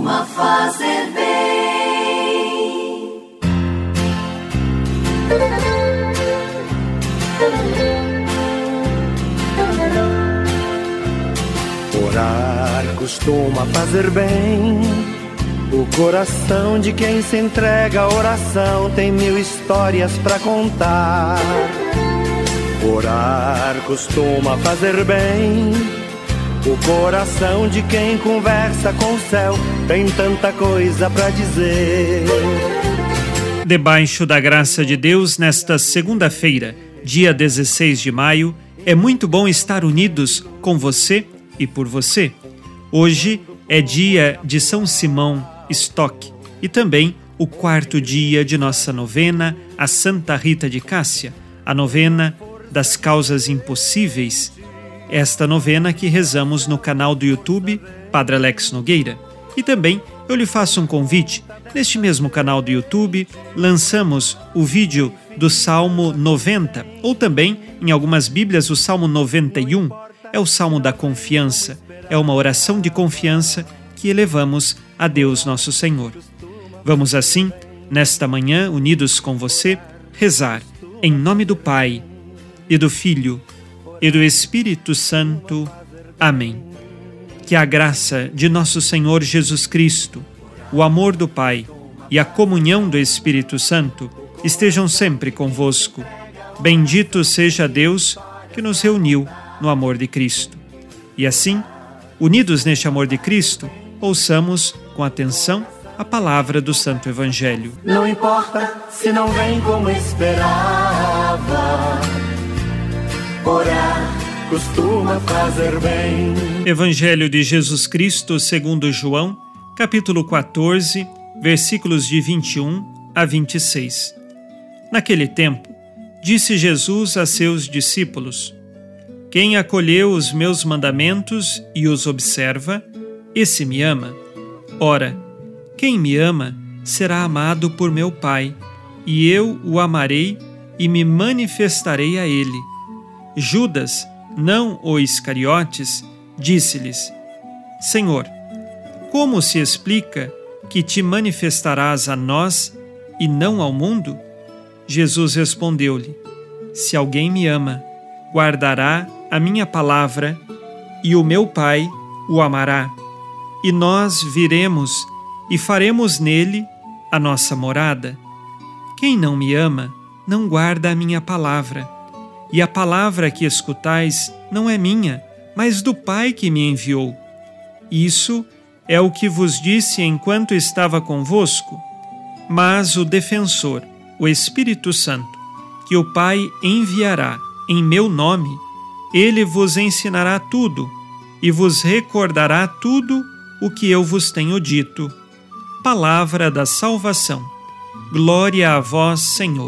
costuma fazer bem. Orar costuma fazer bem. O coração de quem se entrega à oração tem 1000 histórias pra contar. Orar costuma fazer bem. O coração de quem conversa com o céu tem tanta coisa pra dizer. Debaixo da graça de Deus, nesta segunda-feira, dia 16 de maio, é muito bom estar unidos com você e por você. Hoje é dia de São Simão Stock e também o 4º dia de nossa novena a Santa Rita de Cássia, a novena das causas impossíveis. Esta novena que rezamos no canal do YouTube Padre Alex Nogueira. E também eu lhe faço um convite. Neste mesmo canal do YouTube lançamos o vídeo do Salmo 90, ou também, em algumas Bíblias, o Salmo 91. É o Salmo da confiança. É uma oração de confiança que elevamos a Deus nosso Senhor. Vamos assim, nesta manhã, unidos com você, rezar em nome do Pai, e do Filho, e do Espírito Santo. Amém. Que a graça de nosso Senhor Jesus Cristo, o amor do Pai e a comunhão do Espírito Santo estejam sempre convosco. Bendito seja Deus que nos reuniu no amor de Cristo. E assim, unidos neste amor de Cristo, ouçamos com atenção a palavra do Santo Evangelho. Não importa se não vem como esperava, orar costuma fazer bem. Evangelho de Jesus Cristo segundo João, capítulo 14, versículos de 21 a 26. Naquele tempo, disse Jesus a seus discípulos: Quem acolheu os meus mandamentos e os observa, esse me ama. Ora, quem me ama será amado por meu Pai, e eu o amarei e me manifestarei a ele. Judas, não o Iscariotes, disse-lhes: Senhor, como se explica que te manifestarás a nós e não ao mundo? Jesus respondeu-lhe: Se alguém me ama, guardará a minha palavra, e o meu Pai o amará, e nós viremos e faremos nele a nossa morada. Quem não me ama, não guarda a minha palavra, e a palavra que escutais não é minha, mas do Pai que me enviou. Isso é o que vos disse enquanto estava convosco. Mas o Defensor, o Espírito Santo, que o Pai enviará em meu nome, ele vos ensinará tudo e vos recordará tudo o que eu vos tenho dito. Palavra da salvação. Glória a vós, Senhor.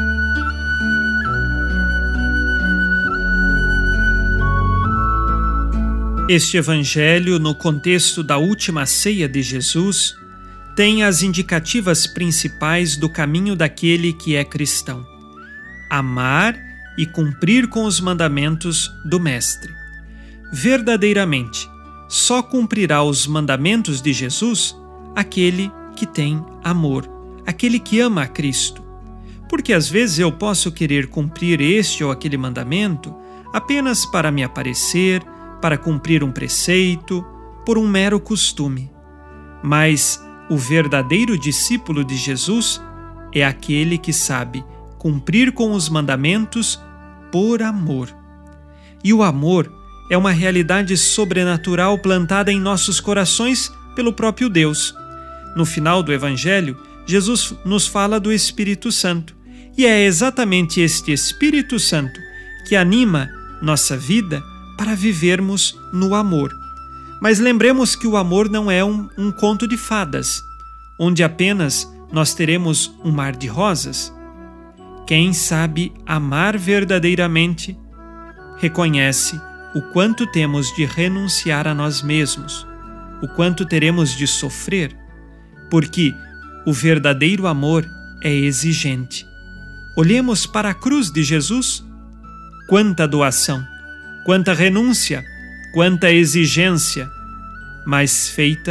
Este Evangelho, no contexto da última ceia de Jesus, tem as indicativas principais do caminho daquele que é cristão: amar e cumprir com os mandamentos do Mestre. Verdadeiramente, só cumprirá os mandamentos de Jesus aquele que tem amor, aquele que ama a Cristo. Porque às vezes eu posso querer cumprir este ou aquele mandamento apenas para me aparecer, para cumprir um preceito, por um mero costume. Mas o verdadeiro discípulo de Jesus é aquele que sabe cumprir com os mandamentos por amor. E o amor é uma realidade sobrenatural plantada em nossos corações pelo próprio Deus. No final do Evangelho, Jesus nos fala do Espírito Santo. E é exatamente este Espírito Santo que anima nossa vida para vivermos no amor. Mas lembremos que o amor não é um conto de fadas, onde apenas nós teremos um mar de rosas. Quem sabe amar verdadeiramente, reconhece o quanto temos de renunciar a nós mesmos, o quanto teremos de sofrer, porque o verdadeiro amor é exigente. Olhemos para a cruz de Jesus. Quanta doação, quanta renúncia, quanta exigência, mas feita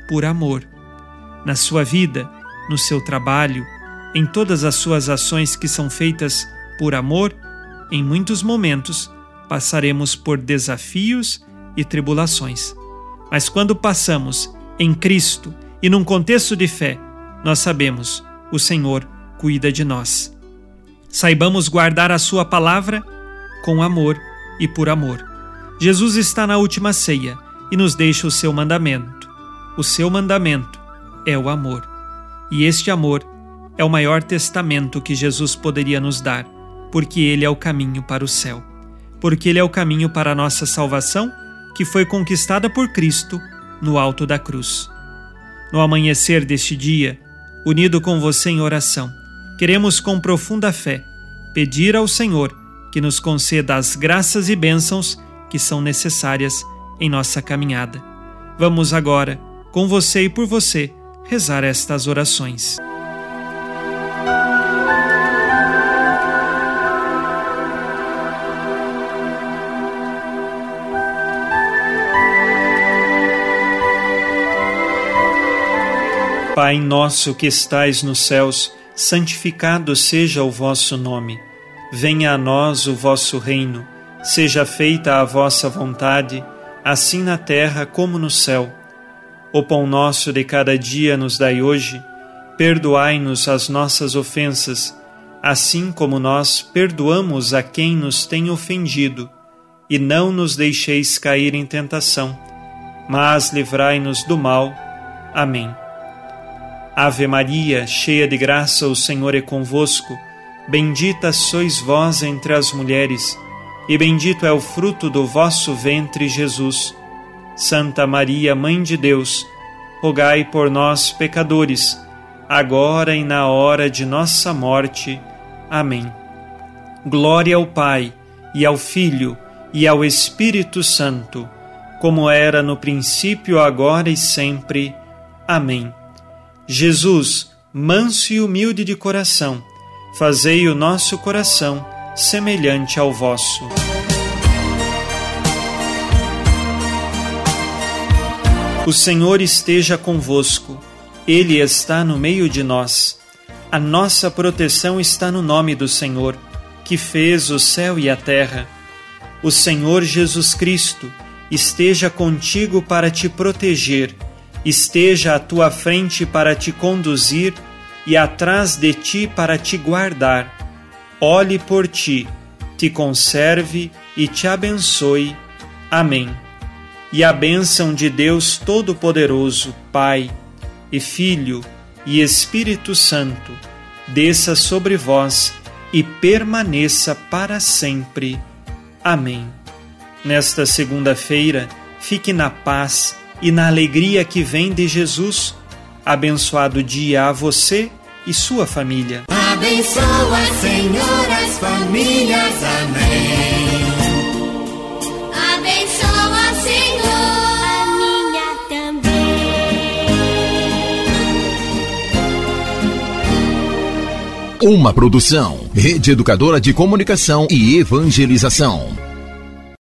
por amor. Na sua vida, no seu trabalho, em todas as suas ações que são feitas por amor, em muitos momentos passaremos por desafios e tribulações. Mas quando passamos em Cristo e num contexto de fé, nós sabemos, o Senhor cuida de nós. Saibamos guardar a sua palavra com amor e por amor. Jesus está na última ceia e nos deixa o seu mandamento. O seu mandamento é o amor. E este amor é o maior testamento que Jesus poderia nos dar, porque ele é o caminho para o céu. Porque ele é o caminho para a nossa salvação, que foi conquistada por Cristo no alto da cruz. No amanhecer deste dia, unido com você em oração, queremos com profunda fé pedir ao Senhor que nos conceda as graças e bênçãos que são necessárias em nossa caminhada. Vamos agora, com você e por você, rezar estas orações. Pai nosso que estais nos céus, santificado seja o vosso nome. Venha a nós o vosso reino. Seja feita a vossa vontade, assim na terra como no céu. O pão nosso de cada dia nos dai hoje. Perdoai-nos as nossas ofensas, assim como nós perdoamos a quem nos tem ofendido. E não nos deixeis cair em tentação, mas livrai-nos do mal. Amém. Ave Maria, cheia de graça, o Senhor é convosco. Bendita sois vós entre as mulheres, e bendito é o fruto do vosso ventre, Jesus. Santa Maria, Mãe de Deus, rogai por nós, pecadores, agora e na hora de nossa morte. Amém. Glória ao Pai, e ao Filho, e ao Espírito Santo, como era no princípio, agora e sempre. Amém. Jesus, manso e humilde de coração, fazei o nosso coração semelhante ao vosso. O Senhor esteja convosco, Ele está no meio de nós. A nossa proteção está no nome do Senhor, que fez o céu e a terra. O Senhor Jesus Cristo esteja contigo para te proteger, esteja à tua frente para te conduzir e atrás de ti para te guardar. Olhe por ti, te conserve e te abençoe. Amém. E a bênção de Deus Todo-Poderoso, Pai e Filho e Espírito Santo, desça sobre vós e permaneça para sempre. Amém. Nesta segunda-feira, fique na paz e na alegria que vem de Jesus. Abençoado dia a você e sua família. Abençoa, Senhor, as famílias. Amém. Abençoa, Senhor, a minha também. Uma produção, Rede Educadora de Comunicação e Evangelização.